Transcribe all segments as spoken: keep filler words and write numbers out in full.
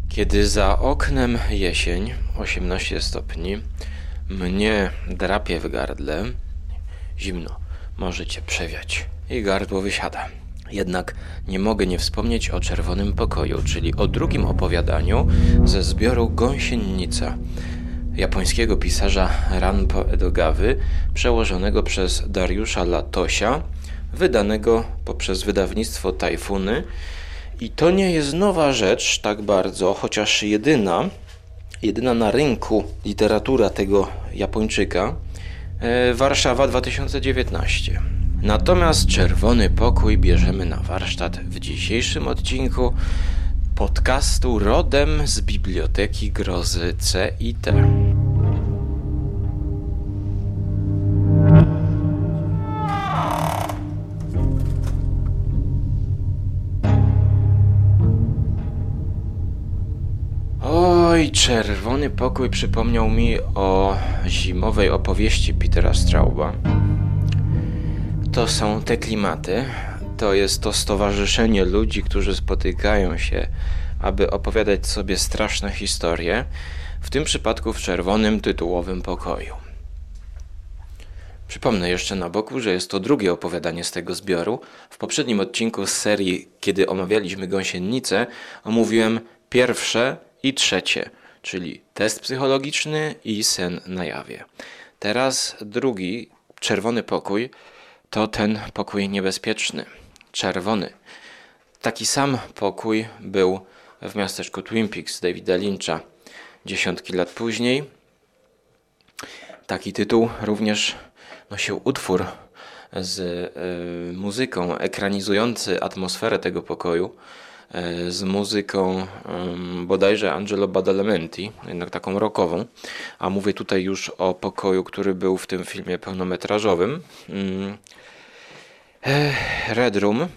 Kiedy za oknem jesień, osiemnaście stopni, mnie drapie w gardle, zimno, może cię przewiać i gardło wysiada. Jednak nie mogę nie wspomnieć o Czerwonym Pokoju, czyli o drugim opowiadaniu ze zbioru Gąsienica japońskiego pisarza Ranpo Edogawy, przełożonego przez Dariusza Latosia, wydanego poprzez wydawnictwo Tajfuny. I to nie jest nowa rzecz tak bardzo, chociaż jedyna, jedyna na rynku literatura tego Japończyka, e, Warszawa dwa tysiące dziewiętnaście. Natomiast Czerwony Pokój bierzemy na warsztat w dzisiejszym odcinku podcastu rodem z Biblioteki Grozy C I T. Oj, Czerwony Pokój przypomniał mi o zimowej opowieści Petera Strauba. To są te klimaty, to jest to stowarzyszenie ludzi, którzy spotykają się, aby opowiadać sobie straszne historie, w tym przypadku w Czerwonym tytułowym pokoju. Przypomnę jeszcze na boku, że jest to drugie opowiadanie z tego zbioru. W poprzednim odcinku z serii, kiedy omawialiśmy Gąsienicę, omówiłem pierwsze i trzecie, czyli test psychologiczny i sen na jawie. Teraz drugi, Czerwony Pokój, to ten pokój niebezpieczny, czerwony. Taki sam pokój był w miasteczku Twin Peaks Davida Lyncha dziesiątki lat później. Taki tytuł również nosił utwór z y, muzyką ekranizujący atmosferę tego pokoju, y, z muzyką y, bodajże Angelo Badalamenti, jednak taką rockową, a mówię tutaj już o pokoju, który był w tym filmie pełnometrażowym. Y, Red Room.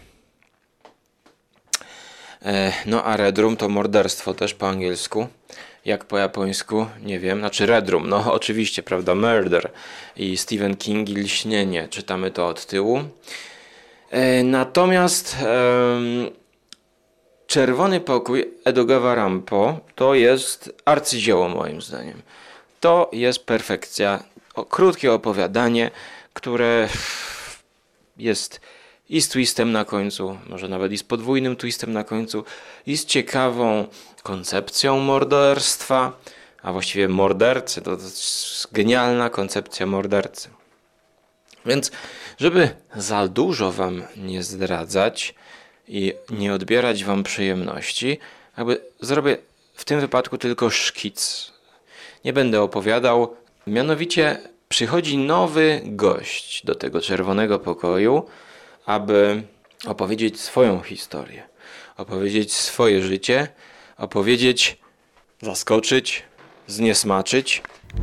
No a Red Room to morderstwo też po angielsku. Jak po japońsku? Nie wiem. Znaczy Red Room, no oczywiście, prawda? Murder. I Stephen King i Lśnienie. Czytamy to od tyłu. Natomiast um, Czerwony Pokój Edogawa Ranpo to jest arcydzieło moim zdaniem. To jest perfekcja. O, krótkie opowiadanie, które jest i z twistem na końcu, może nawet i z podwójnym twistem na końcu, i z ciekawą koncepcją morderstwa, a właściwie mordercy, to, to jest genialna koncepcja mordercy. Więc, żeby za dużo wam nie zdradzać i nie odbierać wam przyjemności, jakby zrobię w tym wypadku tylko szkic. Nie będę opowiadał, mianowicie przychodzi nowy gość do tego Czerwonego Pokoju, aby opowiedzieć swoją historię, opowiedzieć swoje życie, opowiedzieć, zaskoczyć, zniesmaczyć.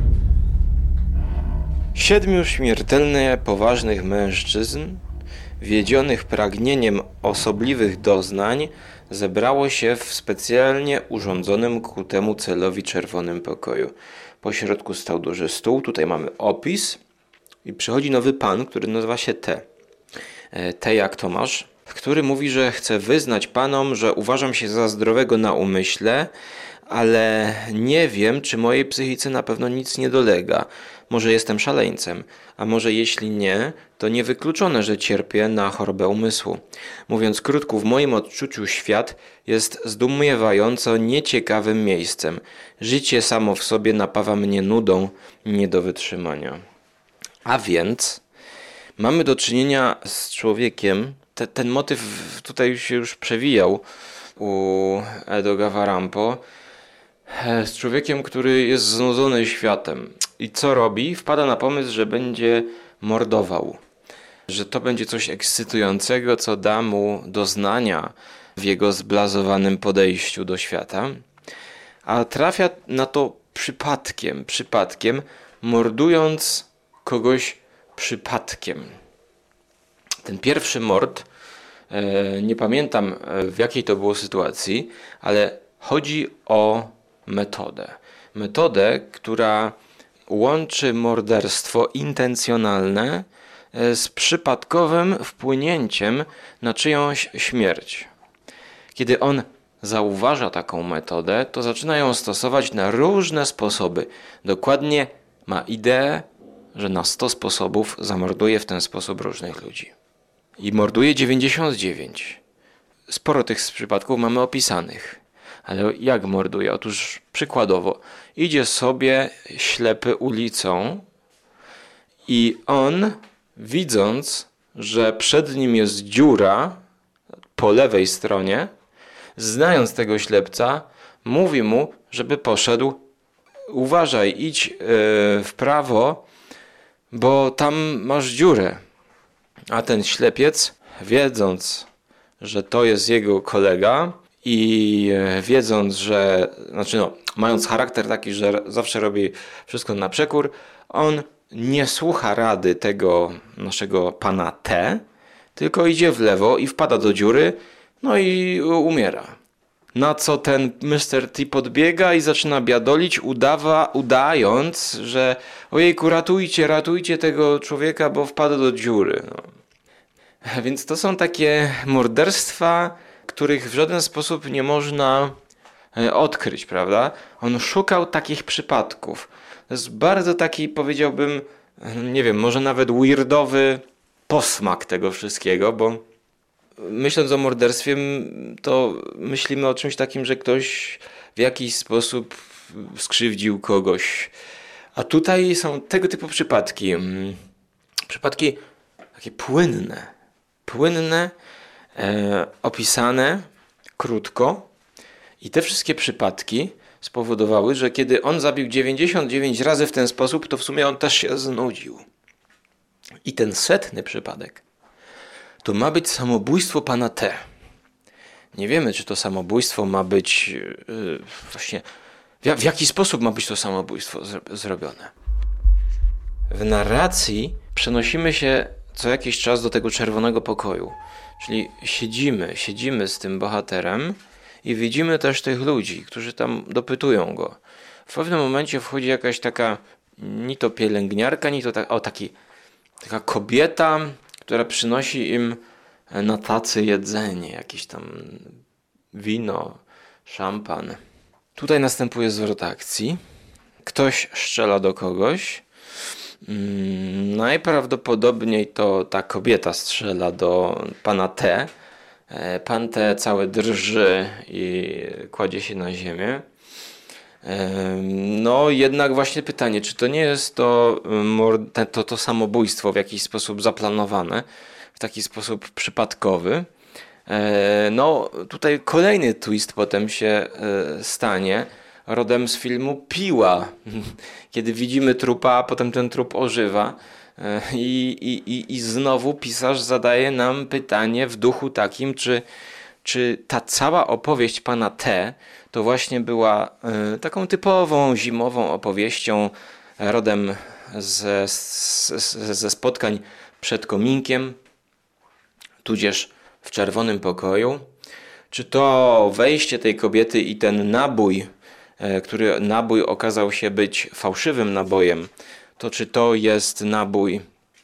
Siedmiu śmiertelnie poważnych mężczyzn, wiedzionych pragnieniem osobliwych doznań, zebrało się w specjalnie urządzonym ku temu celowi Czerwonym Pokoju. Po środku stał duży stół, tutaj mamy opis i przychodzi nowy pan, który nazywa się T. T jak Tomasz, który mówi, że chce wyznać panom, że uważam się za zdrowego na umyśle, ale nie wiem, czy mojej psychice na pewno nic nie dolega. Może jestem szaleńcem, a może jeśli nie, to niewykluczone, że cierpię na chorobę umysłu. Mówiąc krótko, w moim odczuciu świat jest zdumiewająco nieciekawym miejscem. Życie samo w sobie napawa mnie nudą nie do wytrzymania. A więc mamy do czynienia z człowiekiem, te, ten motyw tutaj się już przewijał u Edogawa Ranpo, z człowiekiem, który jest znudzony światem. I co robi? Wpada na pomysł, że będzie mordował. Że to będzie coś ekscytującego, co da mu doznania w jego zblazowanym podejściu do świata. A trafia na to przypadkiem, przypadkiem, mordując kogoś przypadkiem. Ten pierwszy mord, e, nie pamiętam w jakiej to było sytuacji, ale chodzi o metodę. Metodę, która łączy morderstwo intencjonalne z przypadkowym wpłynięciem na czyjąś śmierć. Kiedy on zauważa taką metodę, to zaczyna ją stosować na różne sposoby. Dokładnie ma ideę, że na sto sposobów zamorduje w ten sposób różnych ludzi. I morduje dziewięćdziesiąt dziewięć. Sporo tych przypadków mamy opisanych. Ale jak morduje? Otóż przykładowo idzie sobie ślepy ulicą i on, widząc, że przed nim jest dziura po lewej stronie, znając tego ślepca, mówi mu, żeby poszedł: uważaj, idź yy, w prawo, bo tam masz dziurę. A ten ślepiec, wiedząc, że to jest jego kolega i wiedząc, że, znaczy no, mając charakter taki, że zawsze robi wszystko na przekór, on nie słucha rady tego naszego pana T, tylko idzie w lewo i wpada do dziury, no i umiera. Na co ten mister T podbiega i zaczyna biadolić, udawa, udając, że ojejku, ratujcie, ratujcie tego człowieka, bo wpadł do dziury. No. Więc to są takie morderstwa, których w żaden sposób nie można odkryć, prawda? On szukał takich przypadków. To jest bardzo taki, powiedziałbym, nie wiem, może nawet weirdowy posmak tego wszystkiego, bo myśląc o morderstwie, to myślimy o czymś takim, że ktoś w jakiś sposób skrzywdził kogoś. A tutaj są tego typu przypadki. Przypadki takie płynne. Płynne, e, opisane krótko. I te wszystkie przypadki spowodowały, że kiedy on zabił dziewięćdziesiąt dziewięć razy w ten sposób, to w sumie on też się znudził. I ten setny przypadek to ma być samobójstwo pana T. Nie wiemy, czy to samobójstwo ma być yy, właśnie... W, w jaki sposób ma być to samobójstwo zro- zrobione. W narracji przenosimy się co jakiś czas do tego czerwonego pokoju. Czyli siedzimy, siedzimy z tym bohaterem i widzimy też tych ludzi, którzy tam dopytują go. W pewnym momencie wchodzi jakaś taka, ni to pielęgniarka, ni to ta, o, taki, taka kobieta, która przynosi im na tacy jedzenie, jakieś tam wino, szampan. Tutaj następuje zwrot akcji. Ktoś strzela do kogoś. Hmm, najprawdopodobniej to ta kobieta strzela do pana T. Pan T cały drży i kładzie się na ziemię. No jednak właśnie pytanie, czy to nie jest to, to, to samobójstwo w jakiś sposób zaplanowane, w taki sposób przypadkowy. No tutaj kolejny twist potem się stanie, rodem z filmu Piła, kiedy widzimy trupa, a potem ten trup ożywa. I, i, i znowu pisarz zadaje nam pytanie w duchu takim, czy, czy ta cała opowieść pana T to właśnie była y, taką typową zimową opowieścią rodem ze, ze, ze spotkań przed kominkiem, tudzież w czerwonym pokoju. Czy to wejście tej kobiety i ten nabój, y, który nabój okazał się być fałszywym nabojem, to czy to jest nabój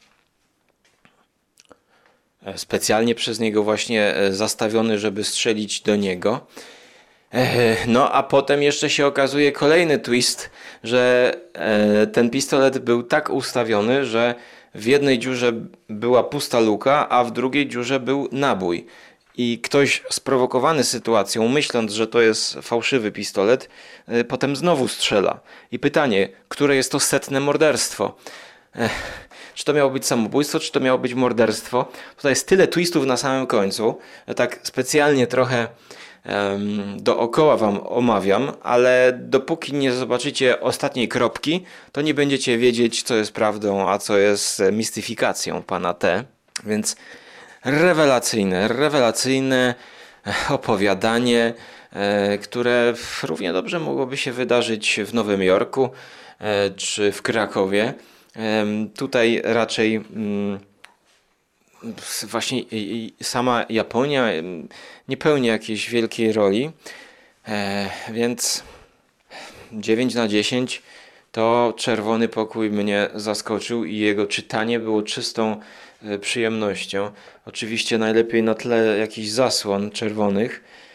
specjalnie przez niego właśnie zastawiony, żeby strzelić do niego. No a potem jeszcze się okazuje kolejny twist, że ten pistolet był tak ustawiony, że w jednej dziurze była pusta luka, a w drugiej dziurze był nabój. I ktoś sprowokowany sytuacją, myśląc, że to jest fałszywy pistolet, potem znowu strzela. I pytanie, które jest to setne morderstwo? Ech, czy to miało być samobójstwo, czy to miało być morderstwo? Tutaj jest tyle twistów na samym końcu, że tak specjalnie trochę um, dookoła wam omawiam, ale dopóki nie zobaczycie ostatniej kropki, to nie będziecie wiedzieć, co jest prawdą, a co jest mistyfikacją pana T. Więc rewelacyjne, rewelacyjne opowiadanie, e, które równie dobrze mogłoby się wydarzyć w Nowym Jorku e, czy w Krakowie. E, tutaj raczej mm, właśnie i, i sama Japonia nie pełni jakiejś wielkiej roli, e, więc dziewięć na dziesięć to Czerwony Pokój mnie zaskoczył i jego czytanie było czystą przyjemnością. Oczywiście najlepiej na tle jakichś zasłon czerwonych,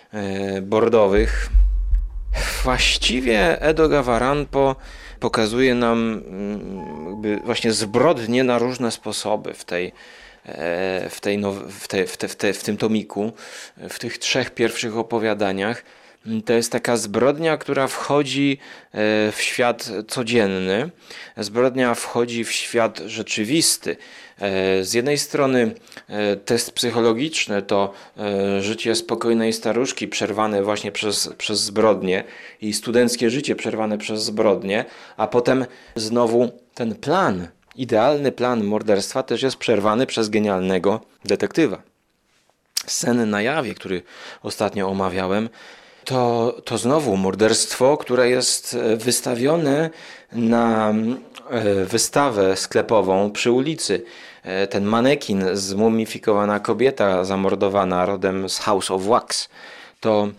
e, bordowych. Właściwie Edo Gavarampo pokazuje nam jakby właśnie zbrodnie na różne sposoby w tej, w, tej now, w, te, w, te, w, te, w tym tomiku, w tych trzech pierwszych opowiadaniach. To jest taka zbrodnia, która wchodzi w świat codzienny. Zbrodnia wchodzi w świat rzeczywisty. Z jednej strony test psychologiczny to życie spokojnej staruszki przerwane właśnie przez, przez zbrodnię i studenckie życie przerwane przez zbrodnię, a potem znowu ten plan, idealny plan morderstwa też jest przerwany przez genialnego detektywa. Sceny na jawie, który ostatnio omawiałem, To, to znowu morderstwo, które jest wystawione na wystawę sklepową przy ulicy. Ten manekin, zmumifikowana kobieta zamordowana rodem z House of Wax, to,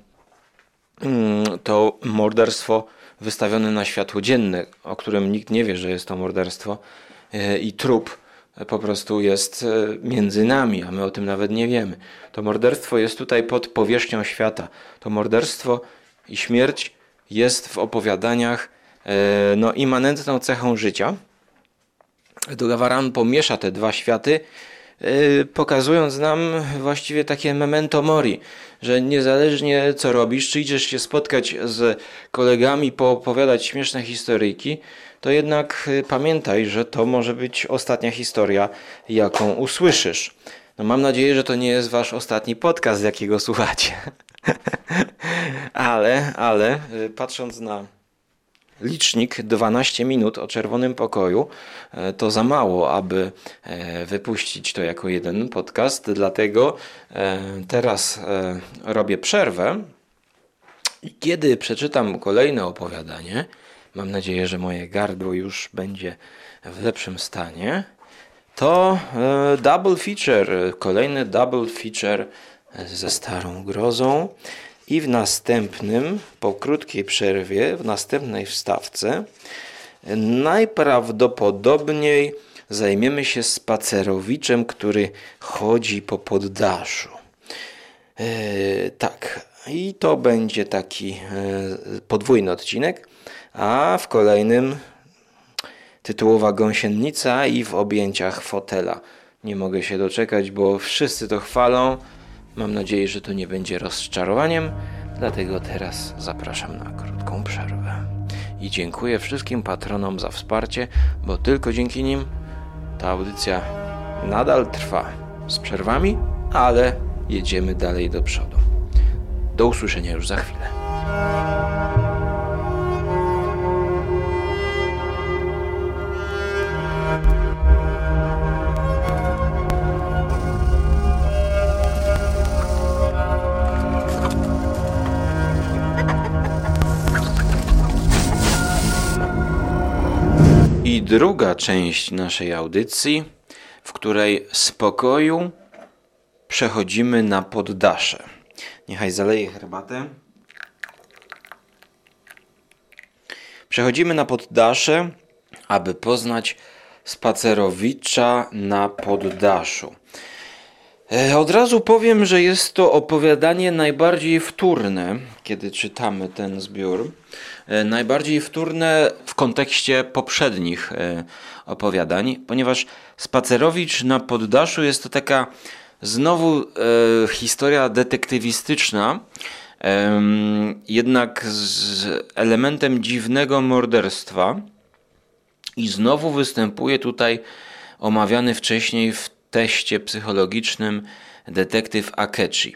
to morderstwo wystawione na światło dzienne, o którym nikt nie wie, że jest to morderstwo, i trup po prostu jest między nami, a my o tym nawet nie wiemy. To morderstwo jest tutaj pod powierzchnią świata. To morderstwo i śmierć jest w opowiadaniach no, immanentną cechą życia. Edo Gavarampo miesza te dwa światy, pokazując nam właściwie takie memento mori, że niezależnie co robisz, czy idziesz się spotkać z kolegami, poopowiadać śmieszne historyjki, to jednak pamiętaj, że to może być ostatnia historia, jaką usłyszysz. No mam nadzieję, że to nie jest wasz ostatni podcast, jakiego słuchacie. ale, ale patrząc na licznik dwanaście minut o czerwonym pokoju, to za mało, aby wypuścić to jako jeden podcast, dlatego teraz robię przerwę i kiedy przeczytam kolejne opowiadanie, mam nadzieję, że moje gardło już będzie w lepszym stanie, to double feature, kolejny double feature ze Starą Grozą i w następnym, po krótkiej przerwie, w następnej wstawce najprawdopodobniej zajmiemy się spacerowiczem, który chodzi po poddaszu. Yy, tak, i to będzie taki yy, podwójny odcinek, a w kolejnym tytułowa gąsienica i w objęciach fotela. Nie mogę się doczekać, bo wszyscy to chwalą. Mam nadzieję, że to nie będzie rozczarowaniem, dlatego teraz zapraszam na krótką przerwę. I dziękuję wszystkim patronom za wsparcie, bo tylko dzięki nim ta audycja nadal trwa. Z przerwami, ale jedziemy dalej do przodu. Do usłyszenia już za chwilę. I druga część naszej audycji, w której z pokoju przechodzimy na poddasze. Niechaj zaleję herbatę. Przechodzimy na poddasze, aby poznać spacerowicza na poddaszu. Od razu powiem, że jest to opowiadanie najbardziej wtórne, kiedy czytamy ten zbiór. Najbardziej wtórne w kontekście poprzednich opowiadań, ponieważ Spacerowicz na poddaszu jest to taka znowu e, historia detektywistyczna, e, jednak z elementem dziwnego morderstwa i znowu występuje tutaj omawiany wcześniej w teście psychologicznym detektyw Akechi.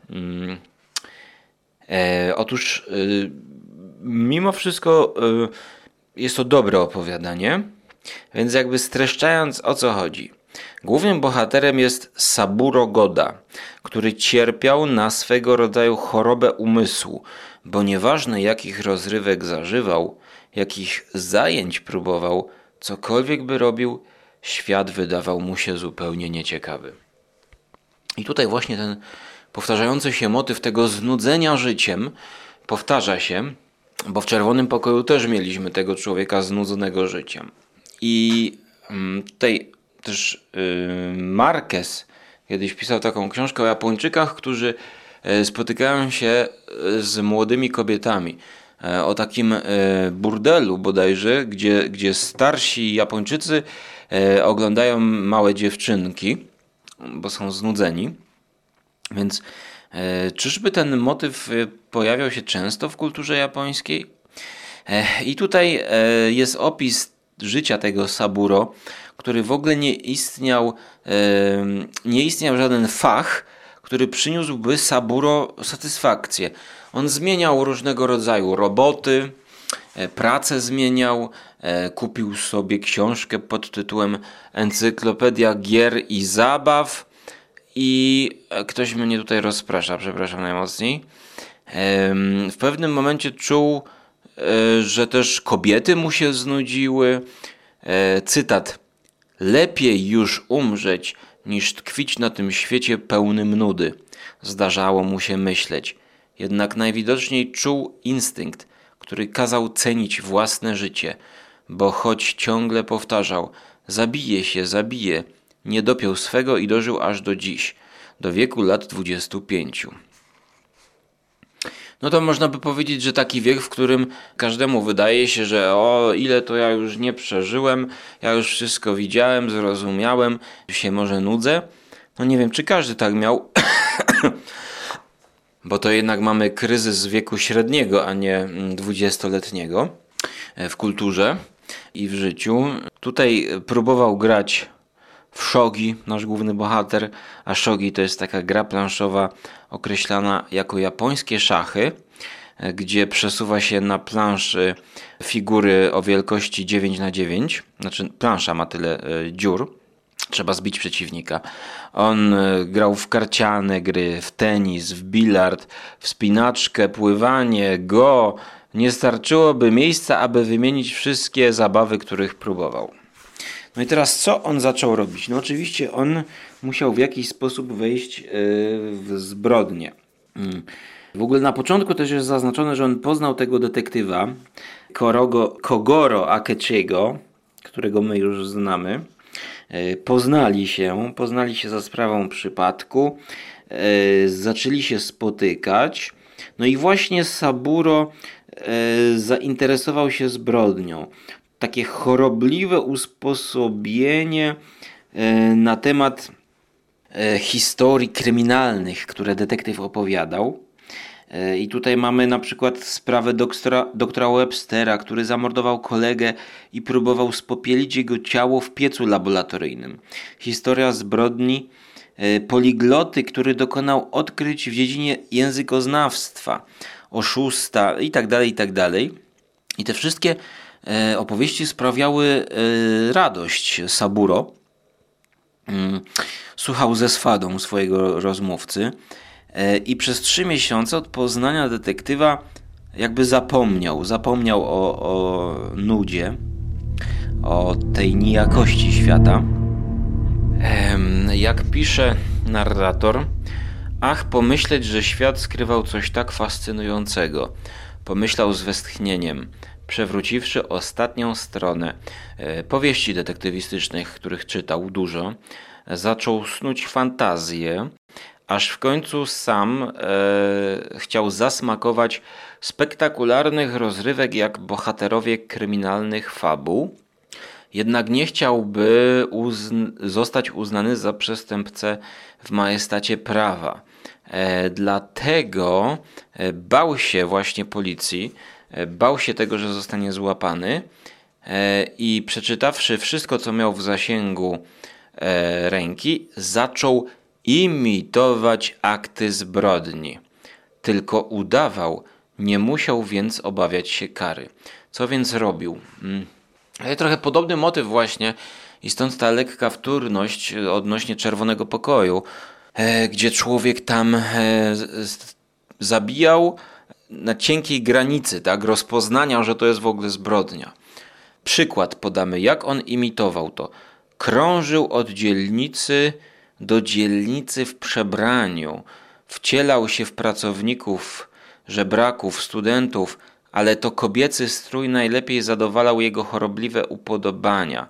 E, otóż e, mimo wszystko e, jest to dobre opowiadanie, więc jakby streszczając, o co chodzi. Głównym bohaterem jest Saburo Goda, który cierpiał na swego rodzaju chorobę umysłu, bo nieważne jakich rozrywek zażywał, jakich zajęć próbował, cokolwiek by robił, świat wydawał mu się zupełnie nieciekawy. I tutaj właśnie ten powtarzający się motyw tego znudzenia życiem powtarza się, bo w Czerwonym Pokoju też mieliśmy tego człowieka znudzonego życiem. I tutaj też yy, Marquez kiedyś pisał taką książkę o Japończykach, którzy spotykałem się z młodymi kobietami o takim burdelu bodajże, gdzie, gdzie starsi Japończycy oglądają małe dziewczynki, bo są znudzeni. Więc czyżby ten motyw pojawiał się często w kulturze japońskiej? I tutaj jest opis życia tego Saburo, który w ogóle nie istniał, nie istniał żaden fach, który przyniósłby Saburo satysfakcję. On zmieniał różnego rodzaju roboty, pracę zmieniał, kupił sobie książkę pod tytułem Encyklopedia Gier i Zabaw i ktoś mnie tutaj rozprasza, przepraszam najmocniej. W pewnym momencie czuł, że też kobiety mu się znudziły. Cytat: lepiej już umrzeć, niż tkwić na tym świecie pełnym nudy. Zdarzało mu się myśleć. Jednak najwidoczniej czuł instynkt, który kazał cenić własne życie, bo choć ciągle powtarzał: zabije się, zabije, nie dopiął swego i dożył aż do dziś, do wieku lat dwudziestu pięciu. No to można by powiedzieć, że taki wiek, w którym każdemu wydaje się, że o, ile to ja już nie przeżyłem, ja już wszystko widziałem, zrozumiałem, się może nudzę. No nie wiem, czy każdy tak miał, bo to jednak mamy kryzys wieku średniego, a nie dwudziestoletniego w kulturze i w życiu. Tutaj próbował grać w shogi, nasz główny bohater, a shogi to jest taka gra planszowa określana jako japońskie szachy, gdzie przesuwa się na planszy figury o wielkości dziewięć na dziewięć, znaczy plansza ma tyle dziur, trzeba zbić przeciwnika. On grał w karciane gry, w tenis, w bilard, w spinaczkę, pływanie, go. Nie starczyłoby miejsca, aby wymienić wszystkie zabawy, których próbował. No i teraz co on zaczął robić? No oczywiście on musiał w jakiś sposób wejść w zbrodnię. W ogóle na początku też jest zaznaczone, że on poznał tego detektywa Korogo, Kogoro Akechiego, którego my już znamy. Poznali się, poznali się za sprawą przypadku, zaczęli się spotykać. No i właśnie Saburo zainteresował się zbrodnią. Takie chorobliwe usposobienie na temat historii kryminalnych, które detektyw opowiadał. I tutaj mamy na przykład sprawę doktora, doktora Webstera, który zamordował kolegę i próbował spopielić jego ciało w piecu laboratoryjnym. Historia zbrodni poligloty, który dokonał odkryć w dziedzinie językoznawstwa, oszusta itd., itd. I te wszystkie opowieści sprawiały radość Saburo. Słuchał ze swadą swojego rozmówcy i przez trzy miesiące od poznania detektywa jakby zapomniał, zapomniał o, o nudzie, o tej nijakości świata. Jak pisze narrator, ach, pomyśleć, że świat skrywał coś tak fascynującego. Pomyślał z westchnieniem, przewróciwszy ostatnią stronę powieści detektywistycznych, których czytał dużo, zaczął snuć fantazję, aż w końcu sam e, chciał zasmakować spektakularnych rozrywek jak bohaterowie kryminalnych fabuł, jednak nie chciałby uzn- zostać uznany za przestępcę w majestacie prawa. E, dlatego e, bał się właśnie policji, e, bał się tego, że zostanie złapany e, i przeczytawszy wszystko, co miał w zasięgu e, ręki, zaczął imitować akty zbrodni. Tylko udawał, nie musiał więc obawiać się kary. Co więc robił? Hmm. Trochę podobny motyw właśnie i stąd ta lekka wtórność odnośnie Czerwonego Pokoju, e, gdzie człowiek tam e, z, zabijał na cienkiej granicy, tak, rozpoznania, że to jest w ogóle zbrodnia. Przykład podamy, jak on imitował to. Krążył od dzielnicy do dzielnicy w przebraniu, wcielał się w pracowników, żebraków, studentów, ale to kobiecy strój najlepiej zadowalał jego chorobliwe upodobania.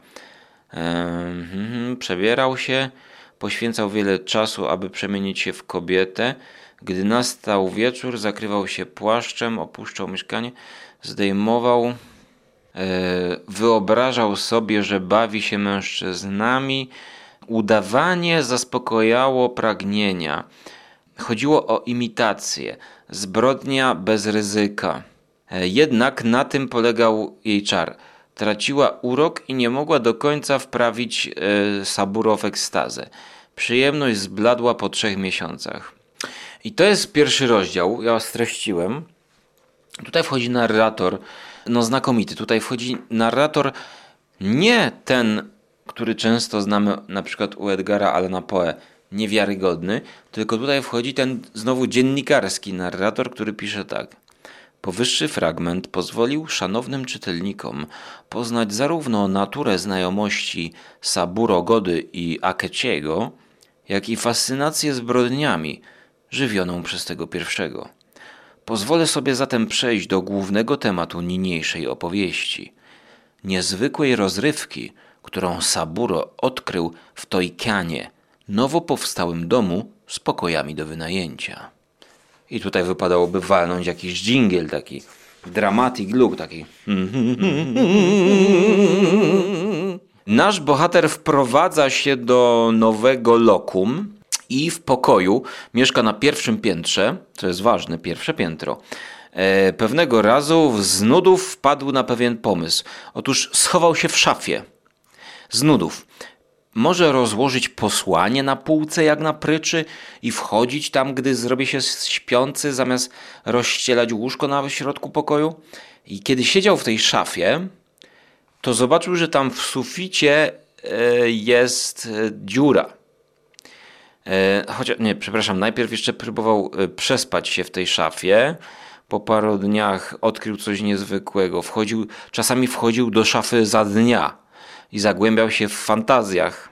Ehm, przebierał się, poświęcał wiele czasu, aby przemienić się w kobietę, Gdy nastał wieczór, zakrywał się płaszczem, opuszczał mieszkanie, zdejmował, e, wyobrażał sobie, że bawi się mężczyznami. Udawanie zaspokojało pragnienia. Chodziło o imitację, zbrodnia bez ryzyka. E, jednak na tym polegał jej czar. Traciła urok i nie mogła do końca wprawić e, Saburo w ekstazę. Przyjemność zbladła po trzech miesiącach. I to jest pierwszy rozdział, ja streściłem. Tutaj wchodzi narrator, no znakomity. Tutaj wchodzi narrator nie ten, który często znamy na przykład u Edgara Allana Poe, niewiarygodny, tylko tutaj wchodzi ten znowu dziennikarski narrator, który pisze tak. Powyższy fragment pozwolił szanownym czytelnikom poznać zarówno naturę znajomości Saburo Gody i Akechiego, jak i fascynację zbrodniami żywioną przez tego pierwszego. Pozwolę sobie zatem przejść do głównego tematu niniejszej opowieści. Niezwykłej rozrywki, którą Saburo odkrył w Toikianie, nowo powstałym domu z pokojami do wynajęcia. I tutaj wypadałoby walnąć jakiś dżingiel, taki dramatic look, taki. Nasz bohater wprowadza się do nowego lokum i w pokoju mieszka na pierwszym piętrze, co jest ważne, pierwsze piętro. E, pewnego razu z nudów wpadł na pewien pomysł. Otóż schował się w szafie. Z nudów. Może rozłożyć posłanie na półce jak na pryczy i wchodzić tam, gdy zrobi się śpiący, zamiast rozścielać łóżko na środku pokoju. I kiedy siedział w tej szafie, to zobaczył, że tam w suficie e, jest e, dziura. E, chociaż, nie, przepraszam, najpierw jeszcze próbował e, przespać się w tej szafie. Po paru dniach odkrył coś niezwykłego. Wchodził, czasami wchodził do szafy za dnia i zagłębiał się w fantazjach.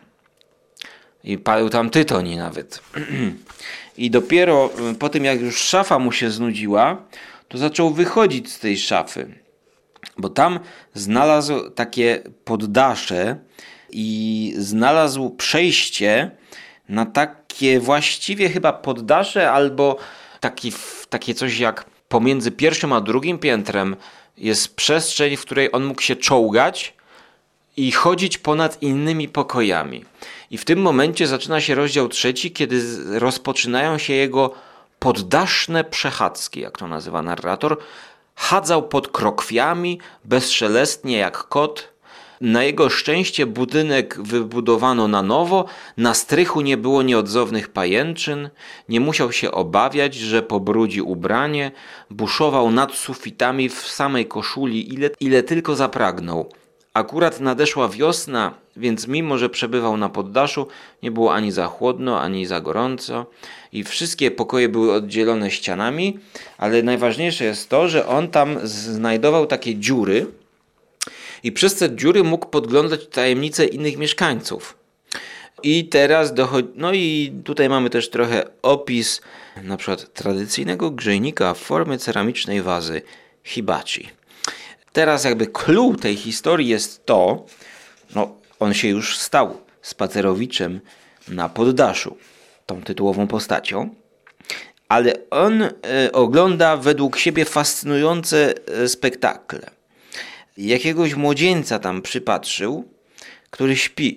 I palił tam tytoń nawet. I dopiero po tym, jak już szafa mu się znudziła, to zaczął wychodzić z tej szafy. Bo tam znalazł takie poddasze i znalazł przejście na takie właściwie chyba poddasze albo taki, takie coś jak pomiędzy pierwszym a drugim piętrem jest przestrzeń, w której on mógł się czołgać i chodzić ponad innymi pokojami. I w tym momencie zaczyna się rozdział trzeci, kiedy rozpoczynają się jego poddaszne przechadzki, jak to nazywa narrator. Chadzał pod krokwiami, bezszelestnie jak kot. Na jego szczęście budynek wybudowano na nowo, na strychu nie było nieodzownych pajęczyn, nie musiał się obawiać, że pobrudzi ubranie, buszował nad sufitami w samej koszuli, ile, ile tylko zapragnął. Akurat nadeszła wiosna, więc mimo, że przebywał na poddaszu, nie było ani za chłodno, ani za gorąco i wszystkie pokoje były oddzielone ścianami, ale najważniejsze jest to, że on tam znajdował takie dziury i przez te dziury mógł podglądać tajemnice innych mieszkańców. I teraz dochodzi, no i tutaj mamy też trochę opis na przykład tradycyjnego grzejnika w formie ceramicznej wazy hibachi. Teraz jakby clue tej historii jest to, no on się już stał spacerowiczem na poddaszu, tą tytułową postacią, ale on y, ogląda według siebie fascynujące y, spektakle. Jakiegoś młodzieńca tam przypatrzył, który śpi.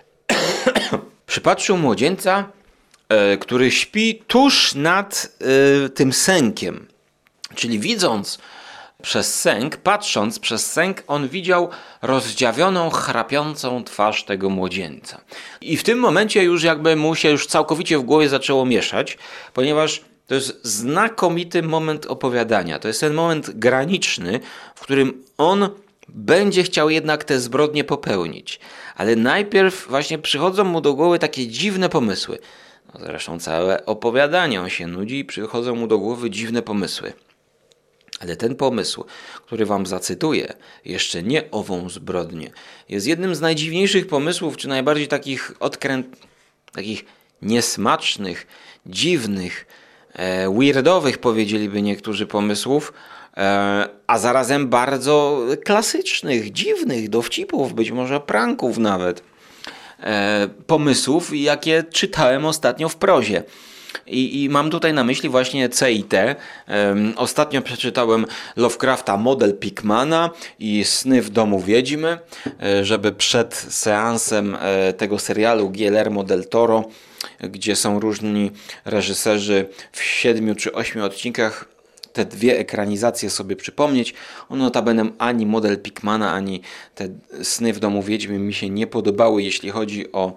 Przypatrzył młodzieńca, y, który śpi tuż nad y, tym sękiem, czyli widząc przez sęk, patrząc przez sęk, on widział rozdziawioną, chrapiącą twarz tego młodzieńca. I w tym momencie już jakby mu się już całkowicie w głowie zaczęło mieszać, ponieważ to jest znakomity moment opowiadania. To jest ten moment graniczny, w którym on będzie chciał jednak te zbrodnie popełnić. Ale najpierw właśnie przychodzą mu do głowy takie dziwne pomysły. No zresztą całe opowiadanie, on się nudzi i przychodzą mu do głowy dziwne pomysły. Ale ten pomysł, który wam zacytuję, jeszcze nie ową zbrodnię, jest jednym z najdziwniejszych pomysłów, czy najbardziej takich odkręt, takich niesmacznych, dziwnych, e, weirdowych, powiedzieliby niektórzy, pomysłów, e, a zarazem bardzo klasycznych, dziwnych dowcipów, być może pranków nawet, e, pomysłów, jakie czytałem ostatnio w prozie. I, I mam tutaj na myśli właśnie C i T. Um, ostatnio przeczytałem Lovecrafta Model Pickmana i Sny w domu wiedźmy, żeby przed seansem tego serialu Guillermo del Toro, gdzie są różni reżyserzy w siedmiu czy ośmiu odcinkach, te dwie ekranizacje sobie przypomnieć. One notabene ani Model Pickmana, ani te Sny w domu wiedźmy mi się nie podobały, jeśli chodzi o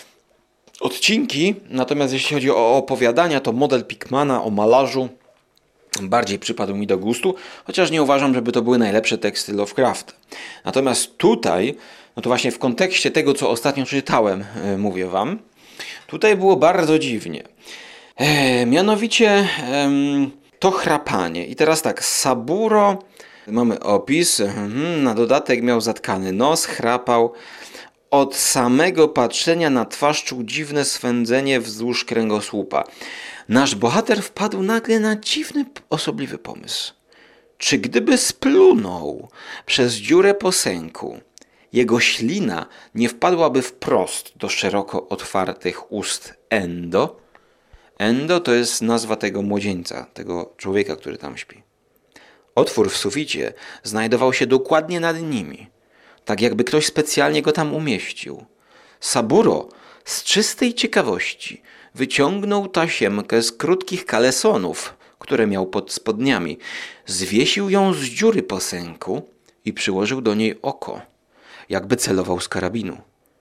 odcinki, natomiast jeśli chodzi o opowiadania, to Model Pickmana o malarzu bardziej przypadł mi do gustu, chociaż nie uważam, żeby to były najlepsze teksty Lovecrafta. Natomiast tutaj, no to właśnie w kontekście tego, co ostatnio czytałem, yy, mówię wam, tutaj było bardzo dziwnie. E, mianowicie yy, to chrapanie. I teraz tak, Saburo, mamy opis, yy, na dodatek miał zatkany nos, chrapał. Od samego patrzenia na twarz czuł dziwne swędzenie wzdłuż kręgosłupa. Nasz bohater wpadł nagle na dziwny, osobliwy pomysł. Czy gdyby splunął przez dziurę po sęku, jego ślina nie wpadłaby wprost do szeroko otwartych ust Endo? Endo to jest nazwa tego młodzieńca, tego człowieka, który tam śpi. Otwór w suficie znajdował się dokładnie nad nimi. Tak jakby ktoś specjalnie go tam umieścił. Saburo z czystej ciekawości wyciągnął tasiemkę z krótkich kalesonów, które miał pod spodniami, zwiesił ją z dziury po sęku i przyłożył do niej oko, jakby celował z karabinu.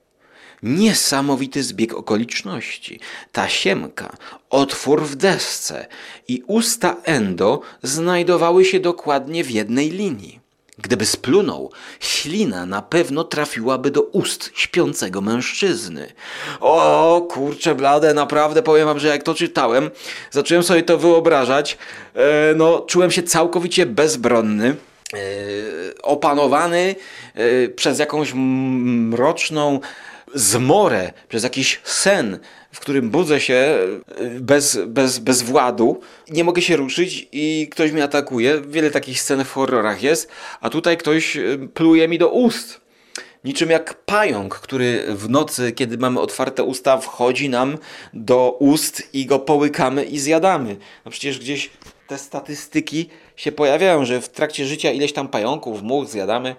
Niesamowity zbieg okoliczności. Tasiemka, otwór w desce i usta Endo znajdowały się dokładnie w jednej linii. Gdyby splunął, ślina na pewno trafiłaby do ust śpiącego mężczyzny. O kurczę blade, naprawdę powiem wam, że jak to czytałem, zacząłem sobie to wyobrażać, e, no czułem się całkowicie bezbronny, e, opanowany e, przez jakąś mroczną zmorę, przez jakiś sen, w którym budzę się bez, bez, bez władu, nie mogę się ruszyć i ktoś mnie atakuje. Wiele takich scen w horrorach jest, a tutaj ktoś pluje mi do ust. Niczym jak pająk, który w nocy, kiedy mamy otwarte usta, wchodzi nam do ust i go połykamy i zjadamy. No przecież gdzieś te statystyki się pojawiają, że w trakcie życia ileś tam pająków, much zjadamy.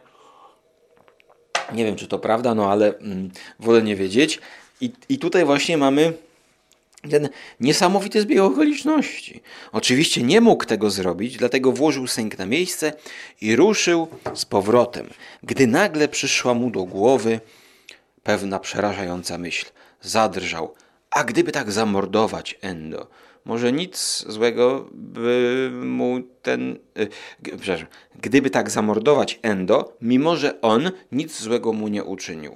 Nie wiem, czy to prawda, no ale mm, wolę nie wiedzieć. I, I tutaj właśnie mamy ten niesamowity zbieg okoliczności. Oczywiście nie mógł tego zrobić, dlatego włożył sęk na miejsce i ruszył z powrotem, gdy nagle przyszła mu do głowy pewna przerażająca myśl. Zadrżał. A gdyby tak zamordować Endo? Może nic złego by mu ten... Yy, przepraszam. Gdyby tak zamordować Endo, mimo że on nic złego mu nie uczynił.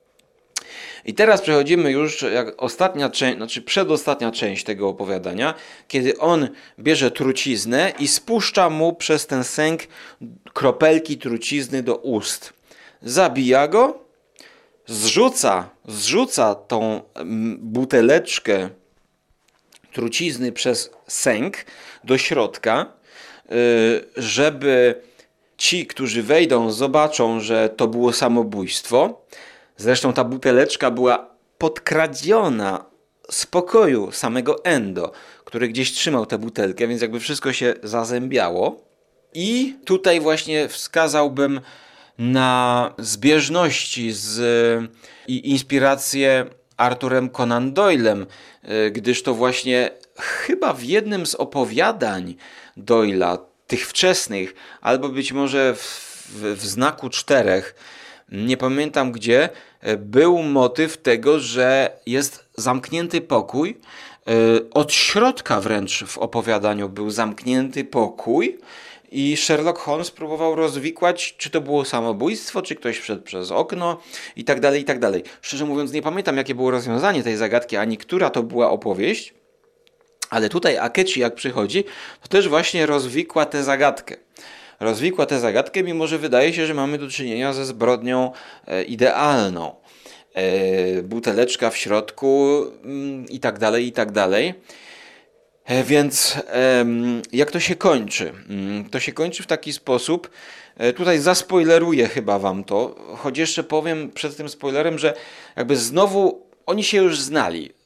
I teraz przechodzimy już, jak ostatnia część, znaczy przedostatnia część tego opowiadania, kiedy on bierze truciznę i spuszcza mu przez ten sęk kropelki trucizny do ust. Zabija go, zrzuca, zrzuca tą buteleczkę trucizny przez sęk do środka, żeby ci, którzy wejdą, zobaczą, że to było samobójstwo. Zresztą ta buteleczka była podkradziona z pokoju samego Endo, który gdzieś trzymał tę butelkę, więc jakby wszystko się zazębiało. I tutaj właśnie wskazałbym na zbieżności z i inspirację Arthurem Conan Doylem, gdyż to właśnie chyba w jednym z opowiadań Doyla, tych wczesnych, albo być może w, w, w Znaku Czterech, nie pamiętam gdzie, był motyw tego, że jest zamknięty pokój. Od środka wręcz w opowiadaniu był zamknięty pokój i Sherlock Holmes próbował rozwikłać, czy to było samobójstwo, czy ktoś wszedł przez okno i tak dalej, i tak dalej. Szczerze mówiąc nie pamiętam, jakie było rozwiązanie tej zagadki, ani która to była opowieść, ale tutaj Akechi jak przychodzi, to też właśnie rozwikła tę zagadkę. Rozwikła tę zagadkę, mimo że wydaje się, że mamy do czynienia ze zbrodnią e, idealną. E, buteleczka w środku mm, i tak dalej, i tak dalej. E, więc e, jak to się kończy? Mm, to się kończy w taki sposób, e, tutaj zaspoileruję chyba wam to, choć jeszcze powiem przed tym spoilerem, że jakby znowu oni się już znali.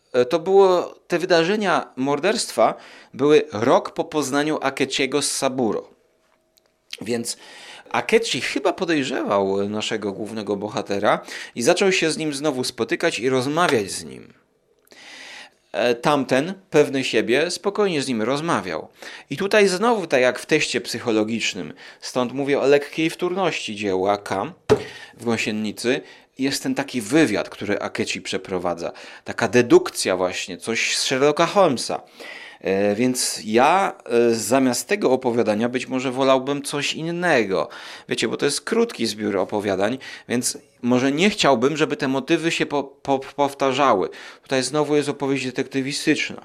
to było, te wydarzenia morderstwa były rok po poznaniu Akechiego z Saburo. Więc Akechi chyba podejrzewał naszego głównego bohatera i zaczął się z nim znowu spotykać i rozmawiać z nim. Tamten, pewny siebie, spokojnie z nim rozmawiał. I tutaj znowu, tak jak w teście psychologicznym, stąd mówię o lekkiej wtórności dzieła K w Gąsienicy, jest ten taki wywiad, który Akechi przeprowadza. Taka dedukcja właśnie, coś z Sherlocka Holmesa. E, więc ja e, zamiast tego opowiadania być może wolałbym coś innego. Wiecie, bo to jest krótki zbiór opowiadań, więc może nie chciałbym, żeby te motywy się po, po, powtarzały. Tutaj znowu jest opowieść detektywistyczna.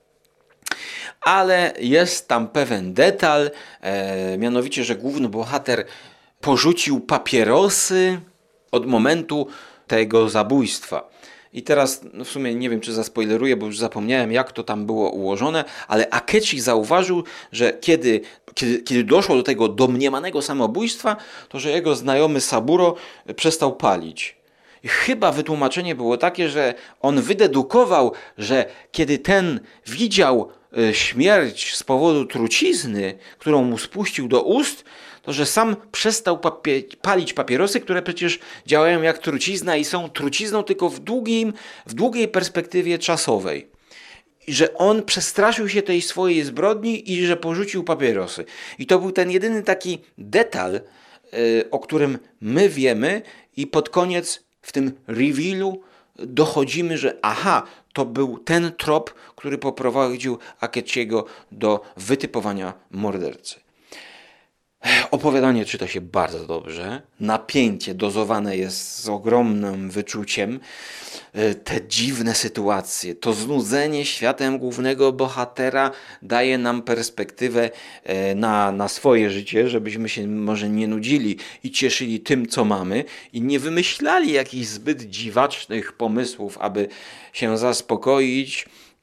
Ale jest tam pewien detal, e, mianowicie, że główny bohater porzucił papierosy od momentu tego zabójstwa. I teraz no w sumie nie wiem, czy zaspoileruję, bo już zapomniałem, jak to tam było ułożone, ale Akechi zauważył, że kiedy, kiedy, kiedy doszło do tego domniemanego samobójstwa, to że jego znajomy Saburo przestał palić. I chyba wytłumaczenie było takie, że on wydedukował, że kiedy ten widział śmierć z powodu trucizny, którą mu spuścił do ust, to że sam przestał papie- palić papierosy, które przecież działają jak trucizna i są trucizną tylko w, długim, w długiej perspektywie czasowej. I że on przestraszył się tej swojej zbrodni i że porzucił papierosy. I to był ten jedyny taki detal, yy, o którym my wiemy i pod koniec w tym revealu dochodzimy, że aha, to był ten trop, który poprowadził Akechiego do wytypowania mordercy. Opowiadanie czyta się bardzo dobrze, napięcie dozowane jest z ogromnym wyczuciem, te dziwne sytuacje, to znudzenie światem głównego bohatera daje nam perspektywę na, na swoje życie, żebyśmy się może nie nudzili i cieszyli tym, co mamy i nie wymyślali jakichś zbyt dziwacznych pomysłów, aby się zaspokoić,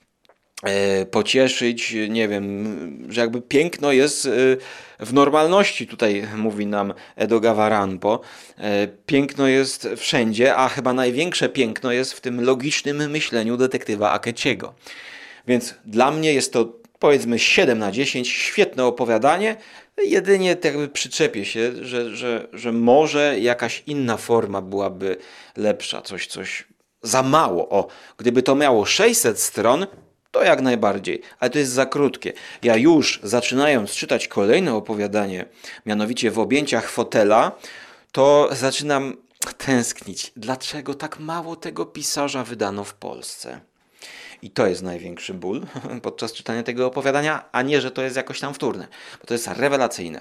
pocieszyć, nie wiem, że jakby piękno jest w normalności, tutaj mówi nam Edo Gavarampo. Piękno jest wszędzie, a chyba największe piękno jest w tym logicznym myśleniu detektywa Akechiego. Więc dla mnie jest to powiedzmy siedem na dziesięć, świetne opowiadanie, jedynie tak jakby przyczepię się, że, że, że może jakaś inna forma byłaby lepsza, coś, coś za mało. O, gdyby to miało sześćset stron, to jak najbardziej, ale to jest za krótkie. Ja już zaczynając czytać kolejne opowiadanie, mianowicie W objęciach fotela, to zaczynam tęsknić. Dlaczego tak mało tego pisarza wydano w Polsce? I to jest największy ból podczas czytania tego opowiadania, a nie, że to jest jakoś tam wtórne, bo to jest rewelacyjne.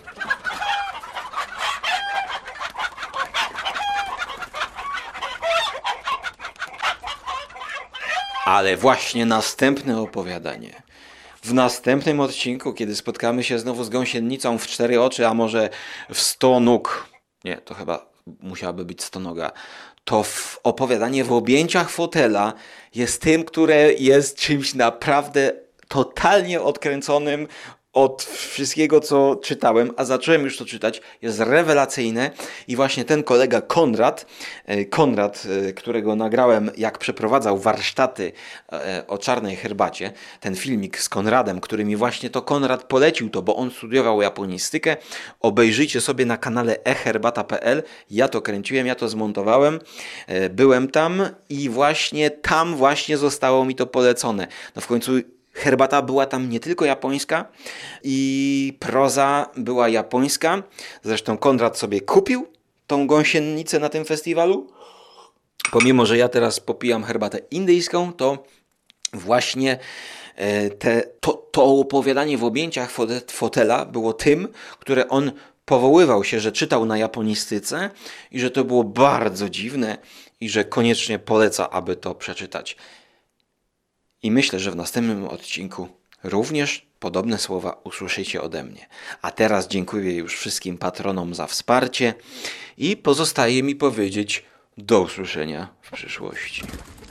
Ale właśnie następne opowiadanie. W następnym odcinku, kiedy spotkamy się znowu z gąsienicą w cztery oczy, a może w sto nóg. Nie, to chyba musiałaby być stonoga. To w opowiadanie W objęciach fotela jest tym, które jest czymś naprawdę totalnie odkręconym od wszystkiego, co czytałem, a zacząłem już to czytać, jest rewelacyjne i właśnie ten kolega Konrad, Konrad, którego nagrałem, jak przeprowadzał warsztaty o czarnej herbacie, ten filmik z Konradem, który mi właśnie to Konrad polecił to, bo on studiował japonistykę, obejrzyjcie sobie na kanale e herbata kropka p l, ja to kręciłem, ja to zmontowałem, byłem tam i właśnie tam właśnie zostało mi to polecone. No w końcu herbata była tam nie tylko japońska i proza była japońska. Zresztą Konrad sobie kupił tą gąsienicę na tym festiwalu. Pomimo, że ja teraz popijam herbatę indyjską, to właśnie te, to, to opowiadanie W objęciach fotela było tym, które on powoływał się, że czytał na japonistyce i że to było bardzo dziwne i że koniecznie poleca, aby to przeczytać. I myślę, że w następnym odcinku również podobne słowa usłyszycie ode mnie. A teraz dziękuję już wszystkim patronom za wsparcie i pozostaje mi powiedzieć do usłyszenia w przyszłości.